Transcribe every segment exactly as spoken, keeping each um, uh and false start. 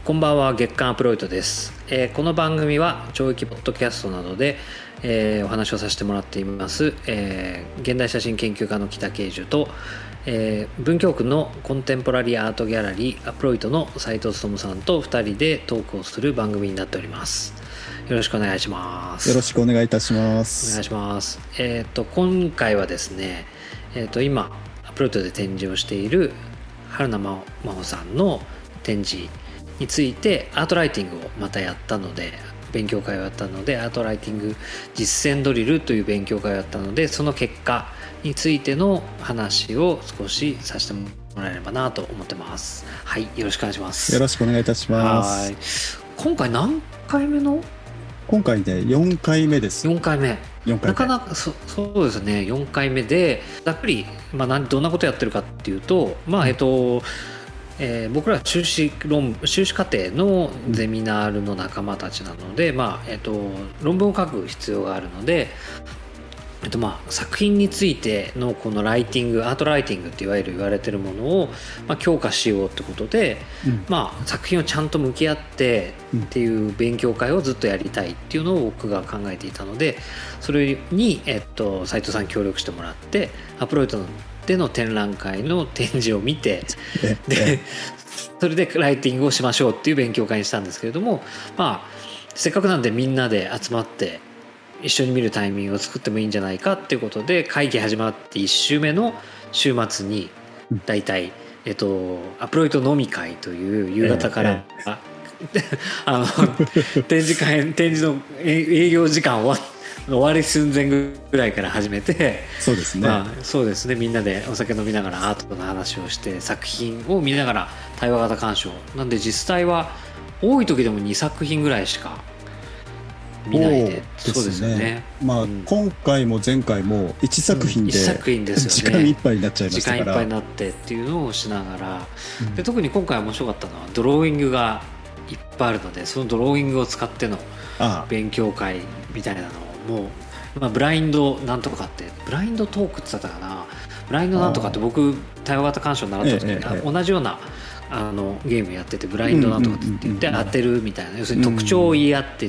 こんばんは、月刊アプロイトです。えーこの番組は教育ポッドキャストなどで、えーお話をさせてもらっています、えー現代写真研究家の北慶樹と、えー文京区のコンテンポラリーアートギャラリーアプロイトの斉藤勉さんとふたりでトークをする番組になっております。よろしくお願いします。 よろしくお願いいたしまおす。 願いします。えっ、と今回はですね、えっ、と今アプロイトで展示をしている春名真帆さんの展示についてアートライティングをまたやったので、勉強会をやったので、アートライティング実践ドリルという勉強会をやったので、その結果についての話を少しさせてもらえればなと思ってます。はい、よろしくお願いします。 よろしくお願いいたします。 はい、今回何回目の今回ねよんかいめです。 よんかいめ。 よんかいめ。 なかなか そ, そうですね、よんかいめでざっくり、まあ、どんなことやってるかっていうと、まあえっとえー、僕らは修士論修士課程のゼミナールの仲間たちなので、まあえっと、論文を書く必要があるので、えっとまあ、作品についてのこのライティング、アートライティングっていわゆる言われてるものを、まあ、強化しようってことで、うんまあ、作品をちゃんと向き合ってっていう勉強会をずっとやりたいっていうのを僕が考えていたので、それに、えっと、斉藤さん協力してもらってアプロイトのでの展覧会の展示を見てでそれでライティングをしましょうっていう勉強会にしたんですけれども、まあせっかくなんでみんなで集まって一緒に見るタイミングを作ってもいいんじゃないかっていうことで、会議始まっていち週目の週末にだいたいえっとアプロイト飲み会という夕方から、ええ、あの展示会展示の営業時間終わって終わり寸前ぐらいから始めて、 そうですね、 まあ、そうですね、みんなでお酒飲みながらアートの話をして作品を見ながら対話型鑑賞なんで、実際は多い時でもにさく品ぐらいしか見ないで。そうですよね。 まあ、うん、今回も前回もいちさく品で時間いっぱいになっちゃいましたから、 時間いっぱいになってっていうのをしながら、うん、で特に今回面白かったのはドローイングがいっぱいあるので、そのドローイングを使っての勉強会みたいなのをもう、まあ、ブラインドなんとかってブラインドトークって言ったかな、ブラインドなんとかって僕対話型鑑賞習った時に、えええ、同じようなあのゲームやってて、ブラインドなんとかって言って当てるみたいな、要するに特徴を言い合っていって、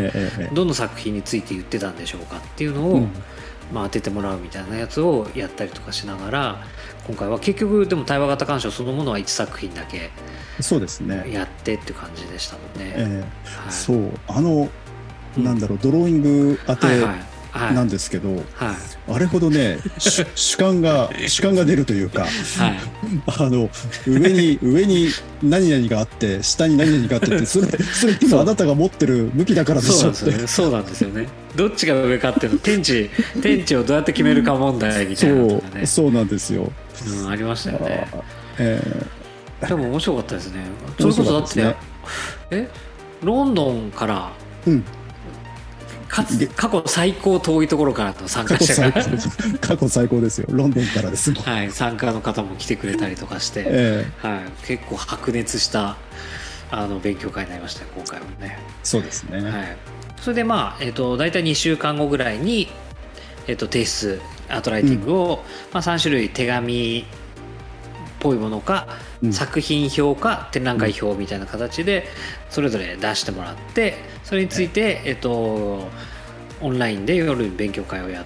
どの作品について言ってたんでしょうかっていうのを、うんまあ、当ててもらうみたいなやつをやったりとかしながら、今回は結局でも対話型鑑賞そのものはいちさく品だけそうですねやってっていう感じでしたもんね。 えーはい、そうあのなんだろう、ドローイング当てなんですけど、はいはいはい、あれほどね主観が主観が出るというか、はい、あの上に上に何々があって下に何々があってって、それそれ今あなたが持ってる向きだからでしょって。 そうなんですよね。どっちが上かっていうの、天地天地をどうやって決めるか問題みたいなのがね、 そうそうなんですよ、 うん、ありましたよね。 えー、 でも面白かったですね。それこそだって、ね、えロンドンから、うんかつ過去最高遠いところからの参加者が過去最高ですよ、ロンドンからです、 はい、参加の方も来てくれたりとかして、えーはい、結構白熱したあの勉強会になりましたよ今回はね。 そうですね、はい、 それでまあ、えー、と大体にしゅうかんごぐらいに、えー、と提出アートライティングを、うんまあ、さん種類手紙っぽいものか、うん、作品表か展覧会表みたいな形でそれぞれ出してもらって、それについて、えっと、オンラインで夜に勉強会をやって、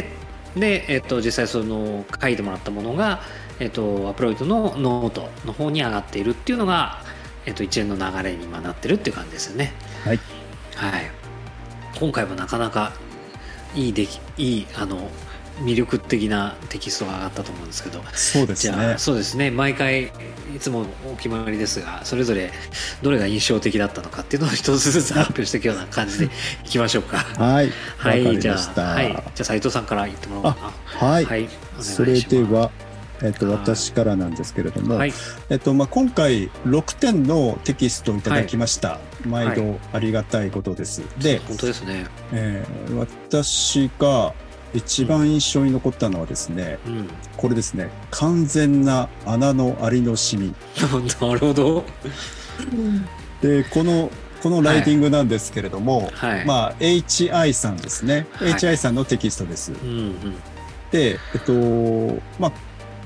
で、えっと、実際その書いてもらったものが、えっと、アプロイトのノートの方に上がっているっていうのが、えっと、一連の流れに今なってるっていう感じですよね。 はい、 はい、今回もなかなかいい出来いいあの魅力的なテキストが上がったと思うんですけど、 そうですね、 じゃあそうですね、毎回いつもお決まりですが、それぞれどれが印象的だったのかっていうのを一つずつ発表していくような感じでいきましょうか。 はい、 はい、 じゃあ、 はい、じゃあ斉藤さんから言ってもらおうかな。はい、はい、それでは、えっと、私からなんですけれども、はいえっとまあ、今回ろくてんのテキストをいただきました、はい、毎度ありがたいことです。はい、で本当ですね、 えー、私が一番印象に残ったのはですね、うん、これですね、完全な穴のありのシミなるほどでこのこのライティングなんですけれども、はい、まあ エイチアイ さんですね、はい、エイチアイ さんのテキストです、うんうん、でえっとまあ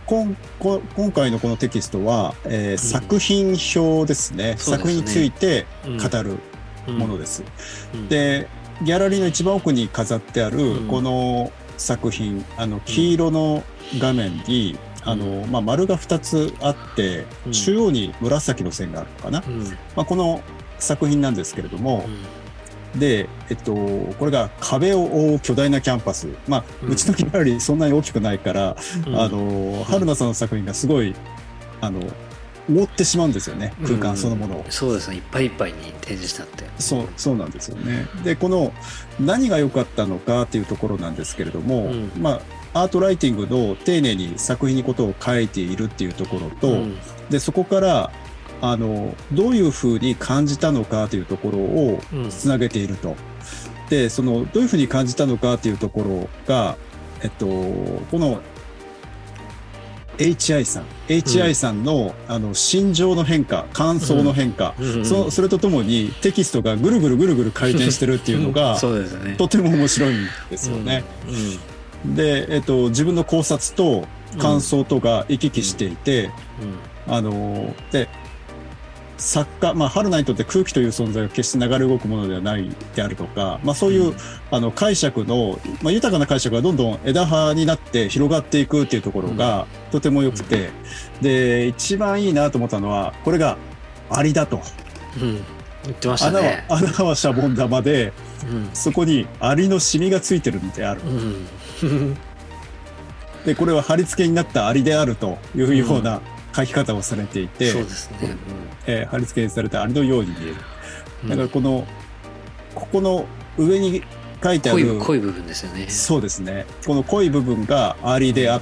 今今回のこのテキストは、えーうん、作品表ですね。ですね作品について語るものです。うんうん、で、ギャラリーの一番奥に飾ってあるこの作品、あの黄色の画面に、あのまあ、丸がふたつあって中央に紫の線があるのかな、うんまあ、この作品なんですけれども、うん、で、えっと、これが壁を覆う巨大なキャンパス、まあ、うちのギャラリーそんなに大きくないから、うん、あの春菜さんの作品がすごいあの覆ってしまうんですよね、空間そのものを、 うん、そうですね、いっぱいいっぱいに展示したって。 そう、そうなんですよね。で、この何が良かったのかっていうところなんですけれども、うん、まあアートライティングの丁寧に作品にことを書いているっていうところと、うん、でそこからあのどういうふうに感じたのかというところをつなげていると、うん、でそのどういうふうに感じたのかというところが、えっと、このエイチアイ さん、エイチアイ さんの、うん、あの心情の変化、感想の変化、うん、そ, それとともにテキストがぐるぐるぐるぐる回転してるっていうのがそうですね、とても面白いんですよね。うんうん、で、えっと、自分の考察と感想とが行き来していて、うんうん、あので作家、まあ、春菜にとって空気という存在が決して流れ動くものではないであるとか、まあ、そういう、うん、あの解釈の、まあ、豊かな解釈がどんどん枝葉になって広がっていくっていうところがとても良くて、うん、で一番いいなと思ったのはこれがアリだと、 うん、言ってましたね。 穴は、穴はシャボン玉で、うん、そこにアリのシミがついてるんである、うん、でこれは貼り付けになったアリであるというような、うん書き方をされていて、 そうですね、うんえー、貼り付けにされたアリのように見える、うん、だからこのここの上に書いてある濃い、濃い部分ですよね。 そうですね、この濃い部分がアリであって、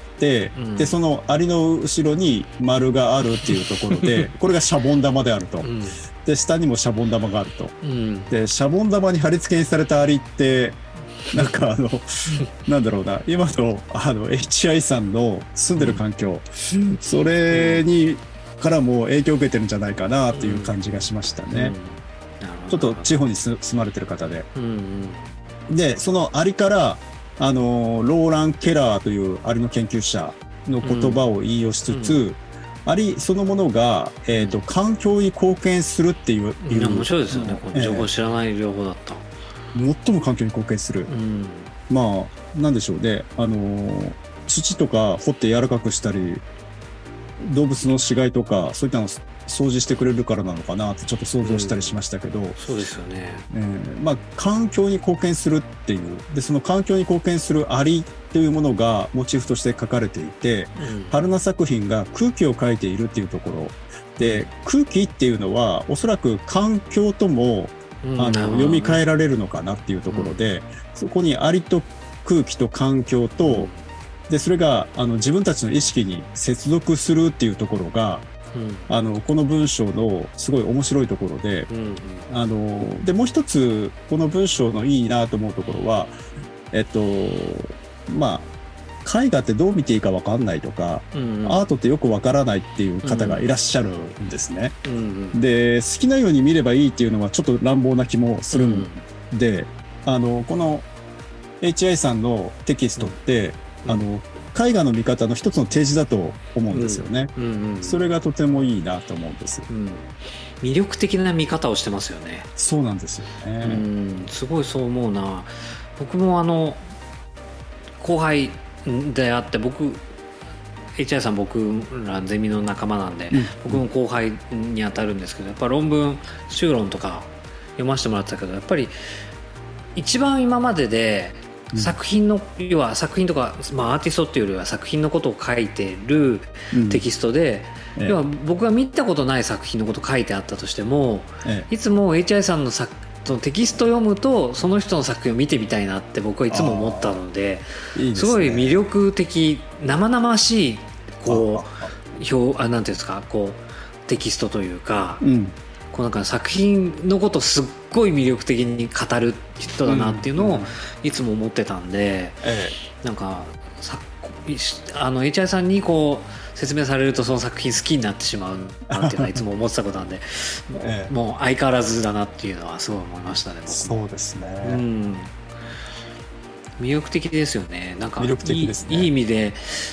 うん、でそのアリの後ろに丸があるっていうところでこれがシャボン玉であると、うん、で下にもシャボン玉があると、うん、でシャボン玉に貼り付けにされたアリってなんかあのなんだろうな、今のあの エイチアイ さんの住んでる環境、うん、それにからも影響を受けてるんじゃないかなっていう感じがしましたね、うん、ちょっと地方に住まれてる方で、うんうん、でそのアリからあのローラン・ケラーというアリの研究者の言葉を引用しつつ、うんうん、アリそのものが、えーと、環境に貢献するっていう、 いや面白いですよね、この情報知らない情報だった、 最も環境に貢献する、うん、まあなんでしょうね、あの土とか掘って柔らかくしたり動物の死骸とかそういったのを掃除してくれるからなのかなってちょっと想像したりしましたけど、うん、 そうですよね、 えー、まあ環境に貢献するっていうでその環境に貢献するアリっていうものがモチーフとして書かれていて、うん、春菜作品が空気を描いているっていうところで、空気っていうのはおそらく環境ともあの読み替えられるのかなっていうところで、うん、そこにアリと空気と環境と、うん、でそれがあの自分たちの意識に接続するっていうところが、うん、あのこの文章のすごい面白いところで、うんうん、あのでもう一つこの文章のいいなと思うところは、えっとまあ絵画ってどう見ていいか分かんないとか、うんうん、アートってよく分からないっていう方がいらっしゃるんですね、うんうん、で好きなように見ればいいっていうのはちょっと乱暴な気もするんで、うん、あのこの エイチアイ さんのテキストって、うん、あの絵画の見方の一つの提示だと思うんですよね、うんうんうん、それがとてもいいなと思うんです、うん、 魅力的な見方をしてますよね。 そうなんですよね、うん、 すごいそう思うな。僕もあの後輩であって僕 エイチアイ さん僕らゼミの仲間なんで、うん、僕も後輩に当たるんですけどやっぱ論文修論とか読ませてもらってたけどやっぱり一番今までで作品の、うん、要は作品とか、まあ、アーティストっていうよりは作品のことを書いてるテキストで、うん、要は僕が見たことない作品のこと書いてあったとしても、ええ、いつも エイチアイ さんの作そのテキスト読むとその人の作品を見てみたいなって僕はいつも思ったので、いいですね、すごい魅力的生々しいこう表あなんていうんですかこうテキストというか、うん、こうなんか作品のことをすっごい魅力的に語る人だなっていうのをいつも思ってたんで、うんうん、なんかさあの エイチアイ さんにこう説明されるとその作品好きになってしまうなっていうのはいつも思ってたことなんでええ、もう相変わらずだなっていうのはすごい思いましたね。僕そうですね、うん、 魅力的ですよね。なんか魅力的ですね。 いい、いい意味で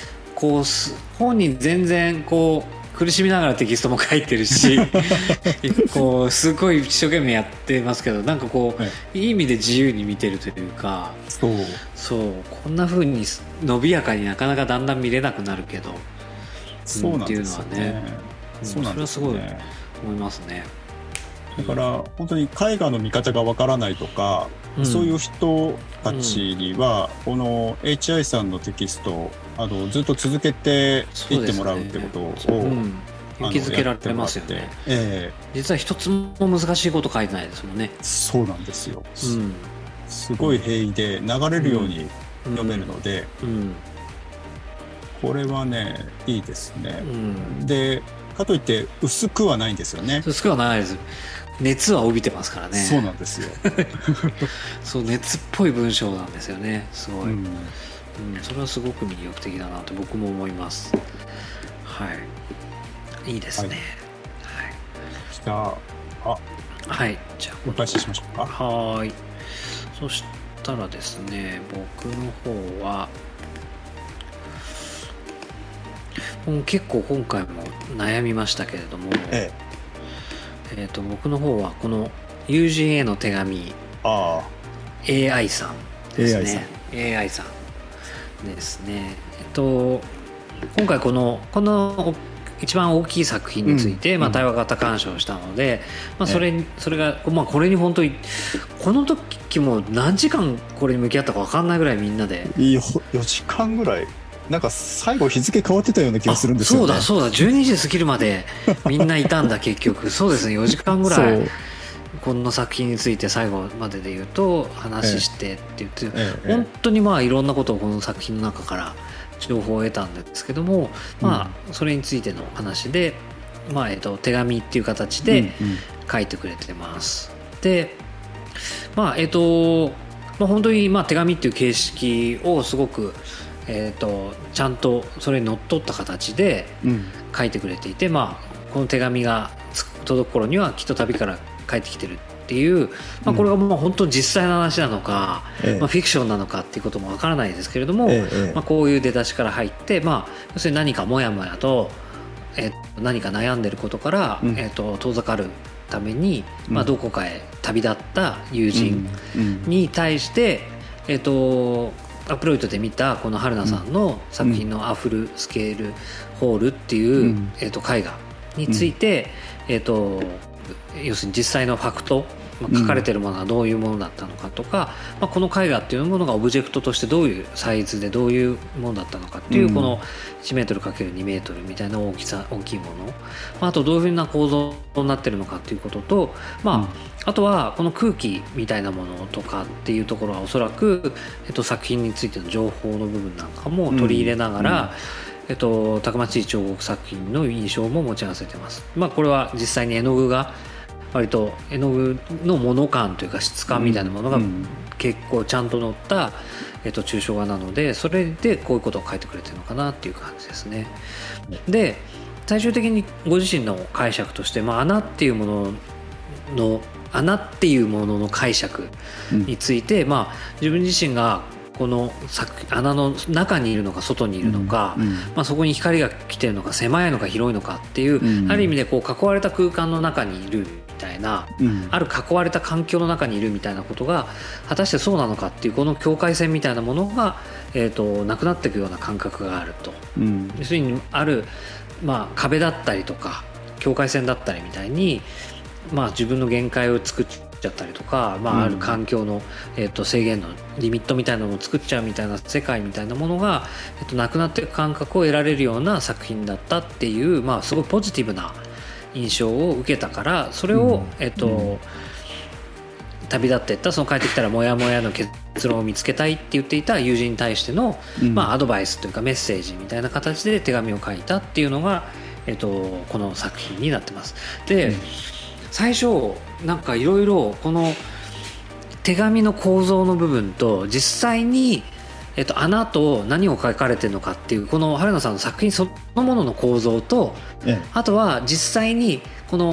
こう本人全然こう苦しみながらテキストも書いてるしこうすごい一生懸命やってますけど、なんかこう、はい、いい意味で自由に見てるというか、 そうそうこんな風に伸びやかになかなかだんだん見れなくなるけど、 そうなんですよね。 っていうのはね、そうなんですよね。それはすごい思いますね。 だから本当に絵画の見方がわからないとか、うん、そういう人たちには、うん、この エイチアイ さんのテキストをあのずっと続けていってもらうってことを、 うん、勇気づけられますよね。えー、実は一つも難しいこと書いてないですもんね。 そうなんですよ、うん、すごい平易で流れるように読めるので、うんうん、これはねいいですね、うん、でかといって薄くはないんですよね。 薄くはないです。熱は帯びてますからね。 そうなんですよそう熱っぽい文章なんですよね。すごい、うんうん、それはすごく魅力的だなと僕も思います。はいいいですね。はい、はい、 じゃああはいじゃあお返ししましょうか。 はい。そしたらですね、僕の方は結構今回も悩みましたけれども、えええー、と僕の方はこの友人への手紙、あ エーアイ さんですね。 エーアイ さんですね。えっと今回このこの一番大きい作品について、うんまあ、対話型鑑賞したので、まあ、それそれが、まあ、これに本当にこの時も何時間これに向き合ったか分かんないぐらいみんなでよじかんぐらいなんか最後日付変わってたような気がするんですよね。 そうだそうだじゅうにじ過ぎるまでみんないたんだ結局そうですねよじかんぐらいこの作品について最後までで言うと話してって言って、ええ、本当にまあいろんなことをこの作品の中から情報を得たんですけども、まあそれについての話で、まあえっと手紙っていう形で書いてくれてます。でまあえっとまあ本当にまあ手紙っていう形式をすごくえー、とちゃんとそれにのっとった形で書いてくれていて、うん、まあ、この手紙が届く頃にはきっと旅から帰ってきてるっていう、まあ、これがもう本当に実際の話なのか、うんまあ、フィクションなのかっていうこともわからないですけれども、ええまあ、こういう出だしから入って、まあ、要するに何かモヤモヤと、えー、何か悩んでることから、うんえー、と遠ざかるために、まあ、どこかへ旅立った友人に対して、えー、とアップロイドで見たこの春菜さんの作品のアフルスケールホールっていう、うん、えー、と絵画について、うんえー、と要するに実際のファクト、まあ、書かれているものがどういうものだったのかとか、うんまあ、この絵画っていうものがオブジェクトとしてどういうサイズでどういうものだったのかっていう、うん、このいちメートルかけるにメートルみたいな大きさ大きいもの、まあ、あとどういうふうな構造になってるのかっていうことと、まあうんあとはこの空気みたいなものとかっていうところはおそらく、えっと、作品についての情報の部分なんかも取り入れながら、うんえっと、たくましい彫刻作品の印象も持ち合わせてます。まあ、これは実際に絵の具が割と絵の具のモノ感というか質感みたいなものが結構ちゃんと載った、えっと、抽象画なのでそれでこういうことを書いてくれてるのかなっていう感じですね。で最終的にご自身の解釈として、まあ、穴っていうものの穴っていうものの解釈について、うんまあ、自分自身がこの穴の中にいるのか外にいるのか、うんうんまあ、そこに光が来てるのか狭いのか広いのかっていう、うん、ある意味でこう囲われた空間の中にいるみたいな、うん、ある囲われた環境の中にいるみたいなことが果たしてそうなのかっていうこの境界線みたいなものが、えーと、なくなっていくような感覚があると、うん、要するにある、まあ、壁だったりとか境界線だったりみたいにまあ、自分の限界を作っちゃったりとか、まあ、ある環境の、えー、と制限のリミットみたいなのを作っちゃうみたいな世界みたいなものが、えー、となくなっていく感覚を得られるような作品だったっていう、まあ、すごいポジティブな印象を受けたからそれを、えーとうん、旅立っていったその帰ってきたらモヤモヤの結論を見つけたいって言っていた友人に対しての、うんまあ、アドバイスというかメッセージみたいな形で手紙を書いたっていうのが、えー、とこの作品になってます。で、うん最初なんかいろいろこの手紙の構造の部分と実際に、えっと、穴と何を書かれてるのかっていうこの春菜さんの作品そのものの構造と、ええ、あとは実際にこの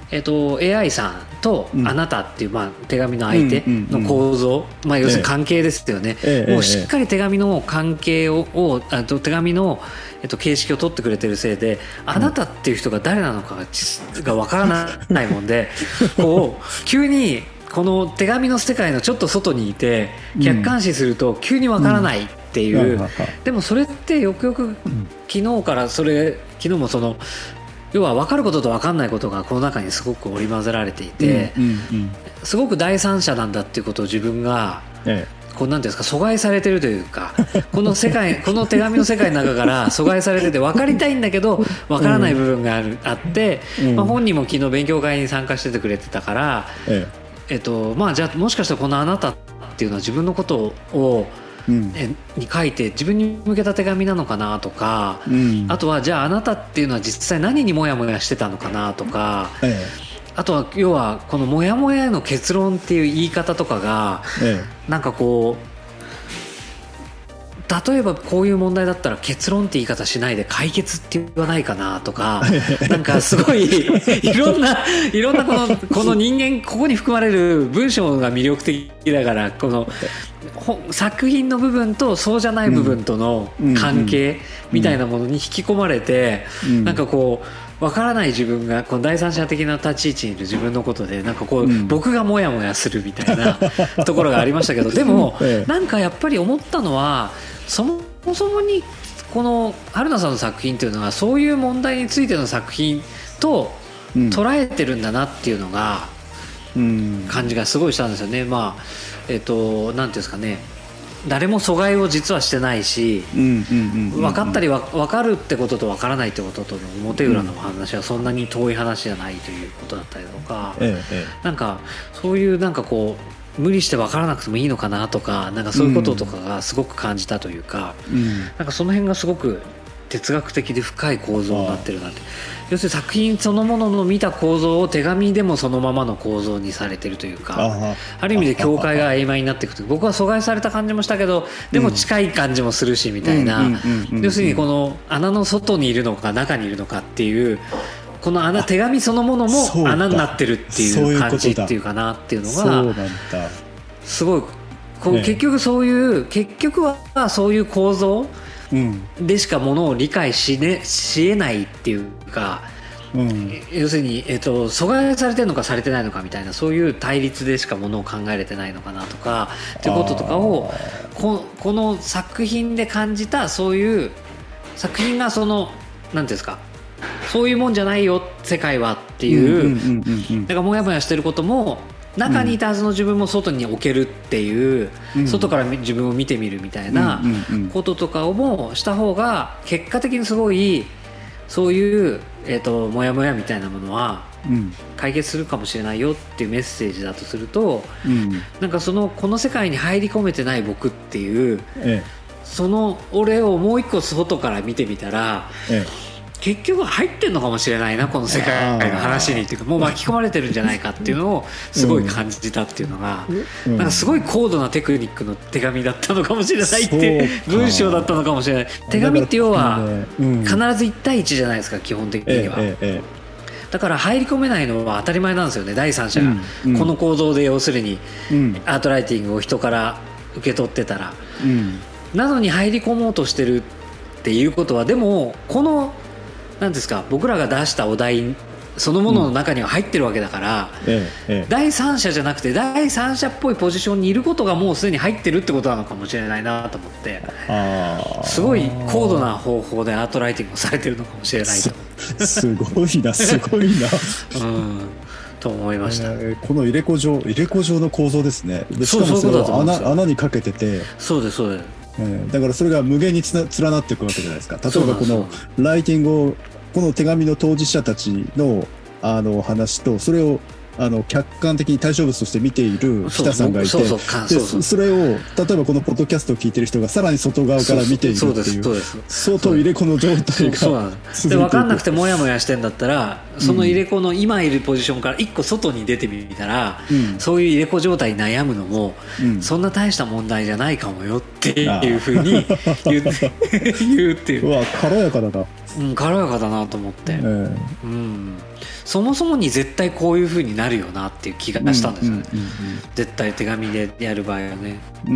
えっと、エーアイ さんとあなたっていう、まあ、手紙の相手の構造、まあ、要するに関係ですよね、ええ、もうしっかり手紙の関係を、をあと手紙の、えっと、形式を取ってくれてるせいで、あなたっていう人が誰なのかが、が分からないもんでこう急にこの手紙の世界のちょっと外にいて客観視すると急に分からないっていう、うん、でもそれってよくよく昨日からそれ昨日もその要は分かることと分かんないことがこの中にすごく織り交ぜられていて、うんうんうん、すごく第三者なんだっていうことを自分が、ええ、こうなんていうんですか、阻害されてるというかこの世界この手紙の世界の中から阻害されてて分かりたいんだけど分からない部分がある、うん、あって、うんまあ、本人も昨日勉強会に参加しててくれてたから、えええっとまあ、じゃあもしかしたらこのあなたっていうのは自分のことをうん、に書いて自分に向けた手紙なのかなとか、うん、あとはじゃああなたっていうのは実際何にモヤモヤしてたのかなとか、ええ、あとは要はこのモヤモヤへの結論っていう言い方とかが、ええ、なんかこう例えばこういう問題だったら結論って言い方しないで解決って言わないかなとかなんかすごいいろんないろんなこのこの人間ここに含まれる文章が魅力的だから、この作品の部分とそうじゃない部分との関係みたいなものに引き込まれて、なんかこう分からない自分がこの第三者的な立ち位置にいる自分のことでなんかこう僕がモヤモヤするみたいなところがありましたけど、でもなんかやっぱり思ったのはそもそもにこの春菜さんの作品というのはそういう問題についての作品と捉えてるんだなっていうのが感じがすごいしたんですよね。まあえっとなんていうんですかね、誰も阻害を実はしてないし、分かったり分かるってことと分からないってこととの表裏の話はそんなに遠い話じゃないということだったりとか、なんかそういうなんかこう無理して分からなくてもいいのかなとか、なんかそういうこととかがすごく感じたというか、なんかその辺がすごく哲学的で深い構造になってるなって。要するに作品そのものの見た構造を手紙でもそのままの構造にされてるというか、あ, ある意味で境界が曖昧になっていくという、僕は阻害された感じもしたけどでも近い感じもするしみたいな、要するにこの穴の外にいるのか中にいるのかっていうこの穴、手紙そのものも穴になってるっていう感じっていうかなっていうのがすごいこう、結局そういう結局はそういう構造でしかものを理解しねし得ないっていうか、うん、要するに、えーと、阻害されてるのかされてないのかみたいな、そういう対立でしかものを考えれてないのかなとかっていうこととかを こ, この作品で感じた、そういう作品がそのなんていうんですか、そういうもんじゃないよ世界はっていう、だからモヤモヤしてることも中にいたはずの自分も外に置けるっていう、うん、外から自分を見てみるみたいなこととかをもした方が結果的にすごいそういう、えーと、モヤモヤみたいなものは解決するかもしれないよっていうメッセージだとすると、うん、なんかそのこの世界に入り込めてない僕っていう、ええ、その俺をもう一個外から見てみたら、ええ、結局入ってんのかもしれないなこの世界の話にっていうか、もう巻き込まれてるんじゃないかっていうのをすごい感じたっていうのが、なんかすごい高度なテクニックの手紙だったのかもしれないっていう文章だったのかもしれない。手紙って要は必ずいち対いちじゃないですか基本的には。だから入り込めないのは当たり前なんですよね、第三者がこの構造で要するにアートライティングを人から受け取ってたら、なのに入り込もうとしてるっていうことは、でもこのなんですか、僕らが出したお題そのものの中には入ってるわけだから、うんええ、第三者じゃなくて第三者っぽいポジションにいることがもうすでに入ってるってことなのかもしれないなと思って、あすごい高度な方法でアートライティングをされてるのかもしれないと思ってすごいなすごいな、 うんと思いました、 えー、この入れ子状入れ子状の構造ですね。でしかもそれを 穴, 穴にかけてて、 そうですそうです、 えー、だからそれが無限につな連なっていくわけじゃないですか。例えばこのライティングをこの手紙の当事者たちのあの話とそれをあの客観的に対象物として見ている北さんがいて、それを例えばこのポッドキャストを聞いてる人がさらに外側から見ているっていう相当入れ子の状態がそうで分かんなくてモヤモヤしてんだったら、その入れ子の今いるポジションから一個外に出てみたら、うん、そういう入れ子状態に悩むのも、うん、そんな大した問題じゃないかもよっていうふうに言う、言うっていう。 うわ軽やかだな。 うん、軽やかだなと思って、 えーうん、そもそもに絶対こういう風になるよなっていう気がしたんですよね、うんうんうんうん、絶対手紙でやる場合はね、うん、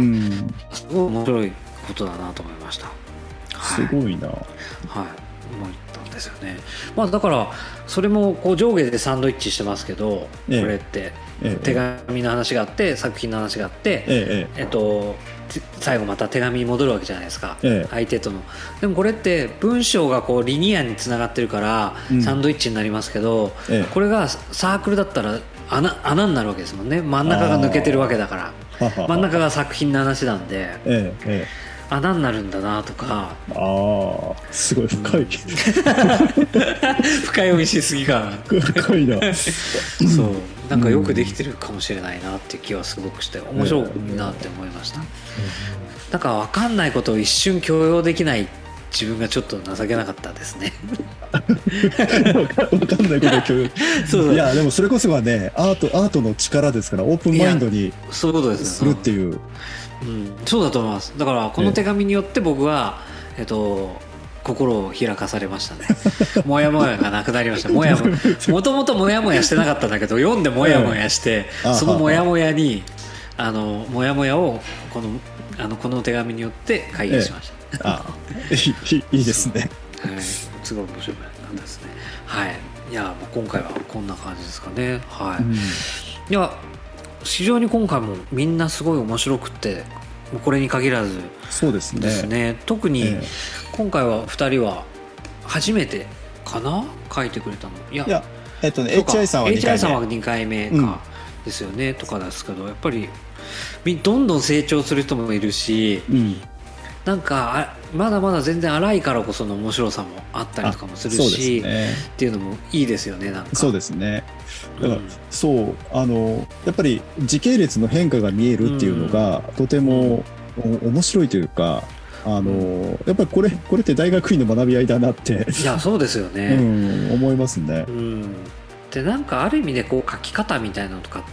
すごい面白いことだなと思いました。 すごいな、はい、 はい、思ったんですよね。まあ、だからそれもこう上下でサンドイッチしてますけど、ええ、これって、ええ、手紙の話があって作品の話があって、えええっと、最後また手紙に戻るわけじゃないですか、ええ、相手との。でもこれって文章がこうリニアにつながってるからサンドイッチになりますけど、うん、これがサークルだったら 穴, 穴になるわけですもんね。真ん中が抜けてるわけだから真ん中が作品の話なんで、ええええ、穴になるんだなとか。 ああ、すごい深い、うん、 深読みしすぎかな。 深いな。 そう、なんかよくできてるかもしれないなっていう気はすごくして面白いなって思いました、うん、なんか分かんないことを一瞬許容できない自分がちょっと情けなかったですね。 分かんないことを許容そうそう、いやでもそれこそはね、アート、アートの力ですから、オープンマインドにそういうことですするっていう。 うん、そうだと思います。だからこの手紙によって僕は、えっと、心を開かされましたね。もやもやがなくなりました。もやももともともやもやしてなかったんだけど、読んでもやもやして、ええ、そのもやもやにあのもやもやをこのあのこの手紙によって解決しました。 ええ、あい, い, いいですね。 はい、すごい面白かったですね。はい、いやもう今回はこんな感じですかね。はい。うん、いや。非常に今回もみんなすごい面白くて、これに限らずそうですね、 ですね。特に今回はふたりは初めてかな書いてくれたの。いや、いやえっとね、エイチアイ さんはにかいめエイチアイ さんはにかいめかですよね、うん、とかですけど、やっぱりどんどん成長する人もいるし、うん、なんかまだまだ全然荒いからこその面白さもあったりとかもするし、ね、っていうのもいいですよね。なんかそうですね。だから、うん、そうあのやっぱり時系列の変化が見えるっていうのが、うん、とても、うん、面白いというか、あの、うん、やっぱりこれこれって大学院の学び合いだなっていやそうですよね、 うん、思いますね。 うん、でなんかある意味でこう書き方みたいなのとかって、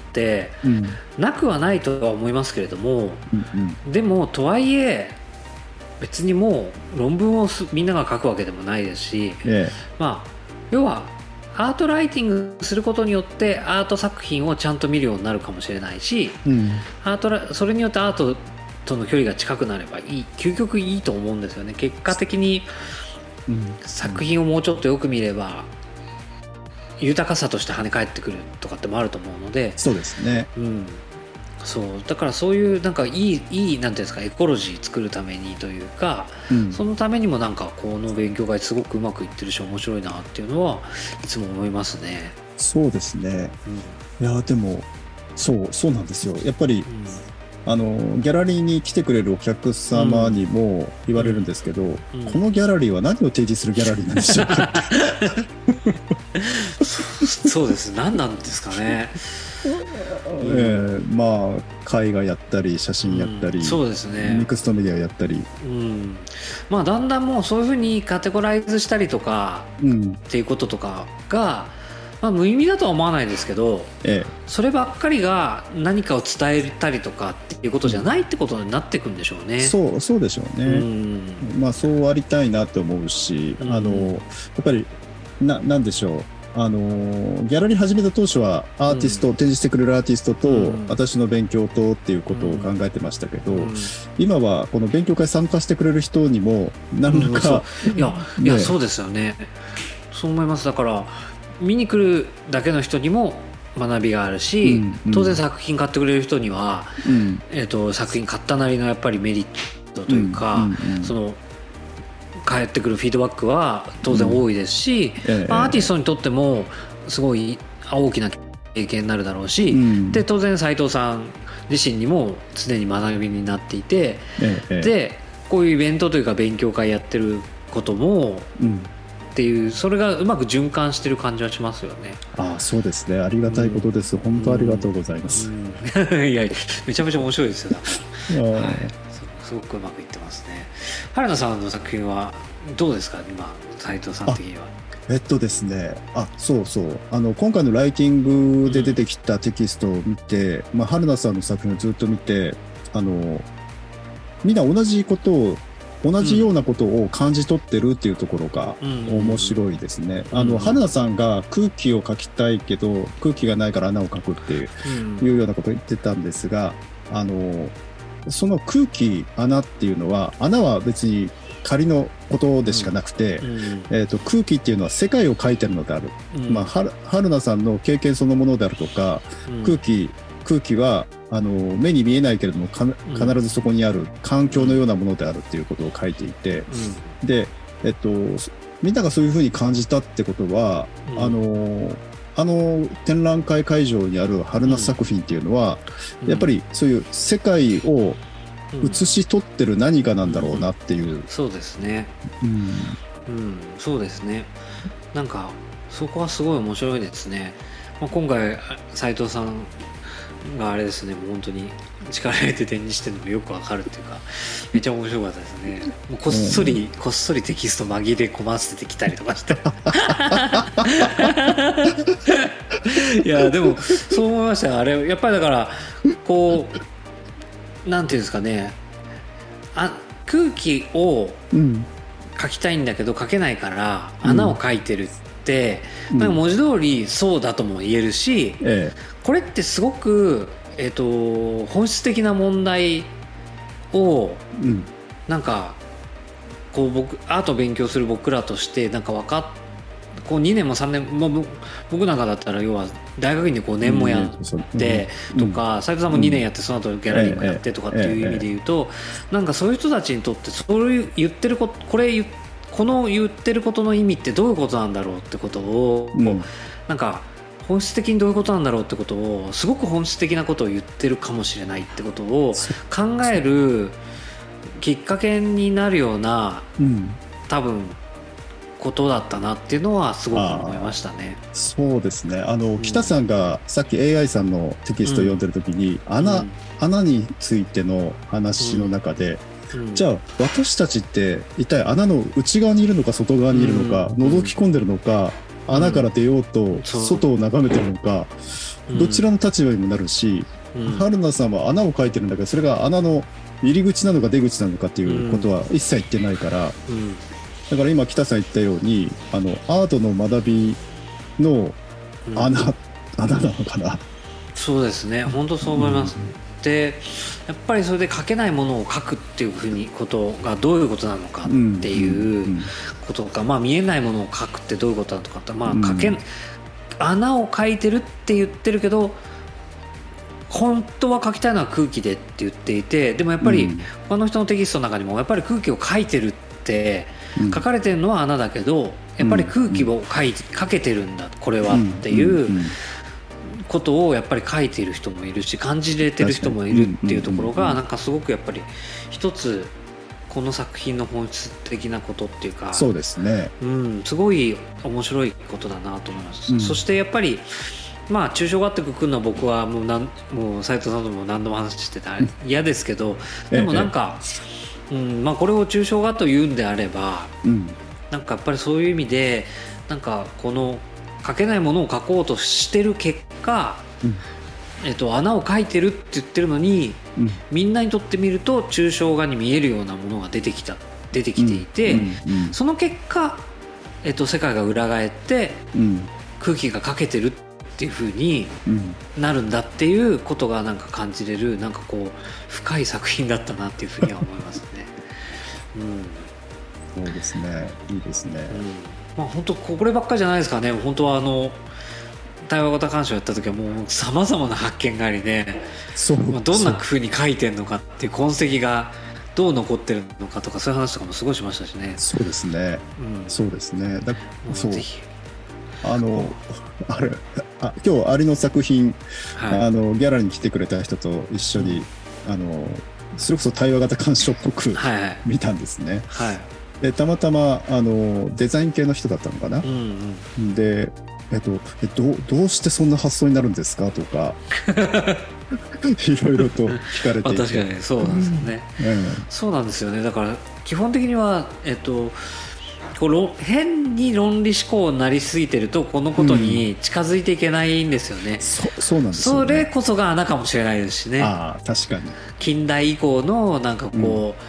うん、なくはないとは思いますけれども、うんうん、でもとはいえ別にもう論文をみんなが書くわけでもないですし、ええ、まあ要はアートライティングすることによってアート作品をちゃんと見るようになるかもしれないし、うん、アートラそれによってアートとの距離が近くなればいい、究極いいと思うんですよね。結果的に作品をもうちょっとよく見れば豊かさとして跳ね返ってくるとかってもあると思うので、 そうですね、 うん、そうだからそういうなんかいいいいなんていうんですか、エコロジー作るためにというか、うん、そのためにもなんかこの勉強会すごくうまくいってるし面白いなっていうのはいつも思いますね。 そうですね、うん、いやでもそうそうなんですよ。やっぱり、うん、あのギャラリーに来てくれるお客様にも言われるんですけど、うんうん、このギャラリーは何を提示するギャラリーなんでしょうか。 そうです、何なんですかね。 えー、まあ絵画やったり写真やったり、うん、 そうですね、 ミクストメディアやったり、 うん、まあだんだんもうそういうふうにカテゴライズしたりとか、うん、っていうこととかが、まあ、無意味だとは思わないですけど、ええ、そればっかりが何かを伝えたりとかっていうことじゃないってことになっていくんでしょうね。 そう、そうでしょうね、うん、まあそうありたいなと思うし、うん、あのやっぱり な, なんでしょう、あのギャラリー始めた当初はアーティスト、うん、展示してくれるアーティストと、うん、私の勉強とっていうことを考えてましたけど、うん、今はこの勉強会参加してくれる人にも何らか、 うん、いや、ね、いやそうですよね。そう思います。だから見に来るだけの人にも学びがあるし、うんうん、当然作品買ってくれる人には、うんえー、と作品買ったなりのやっぱりメリットというか、うんうんうん、その返ってくるフィードバックは当然多いですし、うんまあ、アーティストにとってもすごい大きな経験になるだろうし、うん、で当然斉藤さん自身にも常に学びになっていて、ええ、でこういうイベントというか勉強会やってることも、うんっていうそれがうまく循環してる感じはしますよね。 ああそうですね、ありがたいことです、うん、本当ありがとうございます、 うんうん、いやめちゃめちゃ面白いですよ、はい、すごくうまくいってますね。原田さんの作品はどうですか今斉藤さん的には。 えっとですねあそうそうあの今回のライティングで出てきたテキストを見て、うんまあ、原田さんの作品をずっと見てあのみんな同じことを同じようなことを感じ取ってるっていうところが面白いですね。あの春菜さんが空気を描きたいけど空気がないから穴を描くっていう、うん、いうようなことを言ってたんですが、あのその空気穴っていうのは穴は別に仮のことでしかなくて、うんうん、えーと、空気っていうのは世界を描いてるのである、うん、まあ、春菜さんの経験そのものであるとか、うん、空気空気はあの目に見えないけれどもか必ずそこにある環境のようなものであるっていうことを書いていて、うん、で、えっと、みんながそういうふうに感じたってことは、うん、あのあの展覧会会場にある春菜作品っていうのは、うん、やっぱりそういう世界を写し取ってる何かなんだろうなっていう、うんうん、 そうですね、うんうん、そうですね。なんかそこはすごい面白いですね。まあ、今回斉藤さんがあれですね、もう本当に力入れて展示してるのもよくわかるっていうか、めっちゃ面白かったですね。もうこっそり、うん、こっそりテキスト紛れ込ませてきたりとかしていやでもそう思いました。あれやっぱりだからこうなんていうんですかね、あ空気を描きたいんだけど描けないから穴を描いてるって、うん、なんか文字通りそうだとも言えるし、ええ、これってすごく、えーと、本質的な問題を、うん、なんかこう僕アートを勉強する僕らとしてなんか分かっこうにねんもさんねんも僕なんかだったら要は大学院でごねんもやってとか、斉藤さんもにねんやってその後ギャラリーもやってとかっていう意味で言うと、なんかそういう人たちにとってそういう言ってることこれこの言ってることの意味ってどういうことなんだろうってことを、うん、なんか本質的にどういうことなんだろうってことをすごく本質的なことを言ってるかもしれないってことを考えるきっかけになるような、うん、多分ことだったなっていうのはすごく思いましたね。 そうですね。あの、うん、北さんがさっき エーアイ さんのテキストを読んでる時に、うん、穴、うん、穴についての話の中で、うん、じゃあ私たちって一体穴の内側にいるのか外側にいるのか、うん、覗き込んでるのか、うん、穴から出ようと外を眺めてるのか、うん、どちらの立場にもなるし、うん、春菜さんは穴を描いてるんだけどそれが穴の入り口なのか出口なのかっていうことは一切言ってないから、うんうん、だから今北さん言ったようにあのアートの学びの穴、うん、穴なのかな。 そうですね、本当そう思います、うん、でやっぱりそれで書けないものを書くっていうふうにことがどういうことなのかっていうことか、まあ見えないものを書くってどういうことなのかって、まあ書け、うん、穴を書いてるって言ってるけど本当は書きたいのは空気でって言っていて、でもやっぱり他の人のテキストの中にもやっぱり空気を書いてるって書かれてるのは穴だけどやっぱり空気を書いて書けてるんだこれはっていうことをやっぱり書いている人もいるし感じれてる人もいるっていうところがなんかすごくやっぱり一つこの作品の本質的なことっていうか、 そうですね、 うん、すごい面白いことだなと思います、うん、そしてやっぱりまあ抽象画ってくくるのは僕はもうなんもう斉藤さんとも何度も話してた嫌ですけど、でもなんか、うんまあ、これを抽象画というんであれば、うん、なんかやっぱりそういう意味でなんかこの描けないものを描こうとしてる結果、うんえっと、穴を描いてるって言ってるのに、うん、みんなにとってみると抽象画に見えるようなものが出てきた出てきていて、うんうんうん、その結果、えっと、世界が裏返って、うん、空気が描けてるっていう風になるんだっていうことがなんか感じれるなんかこう深い作品だったなっていう風には思いますね。 うん、そうですね、いいですね。 うん、まあ本当こればっかりじゃないですかね。本当はあの対話型鑑賞やった時はもうさまざまな発見がありね、そう、まあ、どんな風に書いてるのかっていう痕跡がどう残ってるのかとかそういう話とかもすごいしましたしね。 そうですね、うん、そうですね。だそうぜひあのあれあ今日アリの作品、はい、あのギャラリーに来てくれた人と一緒に、うん、あのそれこそ対話型鑑賞っぽく、はいはい、見たんですね、はい、でたまたまあのデザイン系の人だったのかな、うんうん、でえっと、えど, どうしてそんな発想になるんですかとかいろいろと聞かれていて確かにそうなんですよね、うん、そうなんですよね。だから基本的には、えっと、こう変に論理思考になりすぎてるとこのことに近づいていけないんですよね、うん、そ, そうなんですよね。それこそが穴かもしれないですしね。 あ確かに近代以降のなんかこう、うん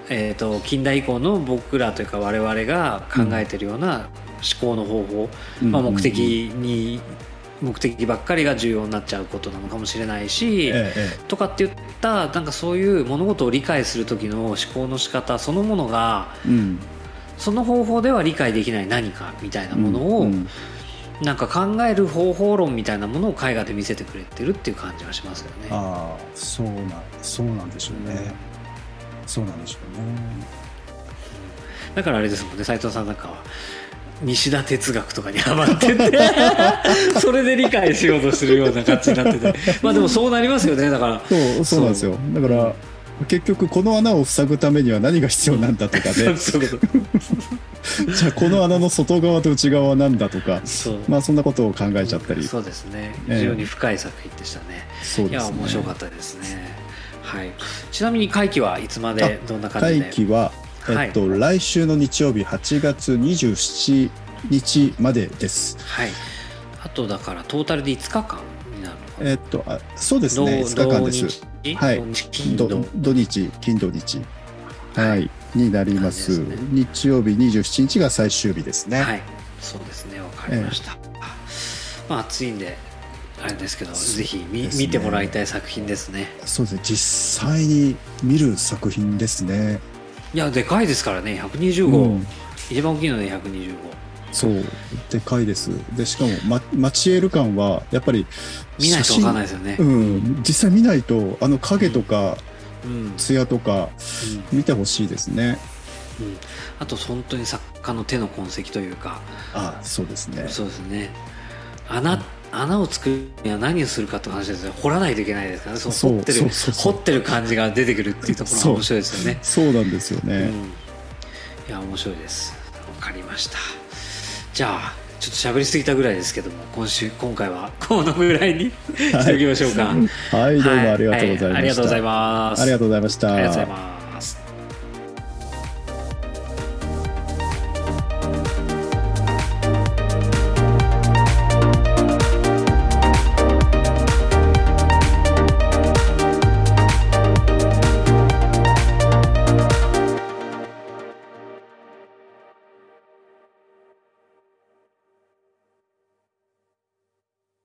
えー、と近代以降の僕らというか我々が考えているような思考の方法、うんまあ、目的に目的ばっかりが重要になっちゃうことなのかもしれないし、ええ、とかって言ったなんかそういう物事を理解する時の思考の仕方そのものが、うん、その方法では理解できない何かみたいなものを、うんうん、なんか考える方法論みたいなものを絵画で見せてくれてるっていう感じはしますよね。 ああ、そうなんそうなんでしょうね、うん、そうなんでしょうね。 だからあれですもんね、斉藤さんなんかは西田哲学とかにハマっててそれで理解しようとするような感じになっててまあでもそうなりますよね。だからそうそうなんですよ。だから結局この穴を塞ぐためには何が必要なんだとかねじゃあこの穴の外側と内側は何だとかそまあそんなことを考えちゃったり、 そうですね、非常に深い作品でしたね、えー、そうですね。いや面白かったですね、はい、ちなみに会期はいつまでどんな感じで？ 会期はえっとはい、来週の日曜日はちがつにじゅうしちにちまでです。 はい。あとだからトータルでいつかかんになるのかな。 えっとあそうですね、いつかかんです。はい。土日金土日、はい、はい、になります。ね、日曜日にじゅうしちにちが最終日ですね。 はい。そうですね、わかりました。えー、まあ暑いんであれですけど、ぜひ 見,、ね、見てもらいたい作品ですね。 そうですね。実際に見る作品ですね。 いやでかいですからね、ひゃくにじゅうご、うん、一番大きいのでひゃくにじゅうご、 そうでかいです。でしかも、ま、マチエール感はやっぱり見ないと分かんないですよね、 うん、実際見ないとあの影とか、うん、艶とか、うん、見てほしいですね、 うん、あと本当に作家の手の痕跡というか、 あそうですねそうですね、穴、うん、穴を作るには何をするかって話ですね。掘らないといけないですからね。そう掘ってるそうそうそう掘ってる感じが出てくるっていうところが面白いですよね。 そう、そうなんですよね、うん、いや面白いです。わかりました。じゃあちょっと喋りすぎたぐらいですけども、今週今回はこのぐらいにしておきましょうか。 はい、はい、どうもありがとうございました、はいはい、 ありがとうございます。 ありがとうございました。 ありがとうございます。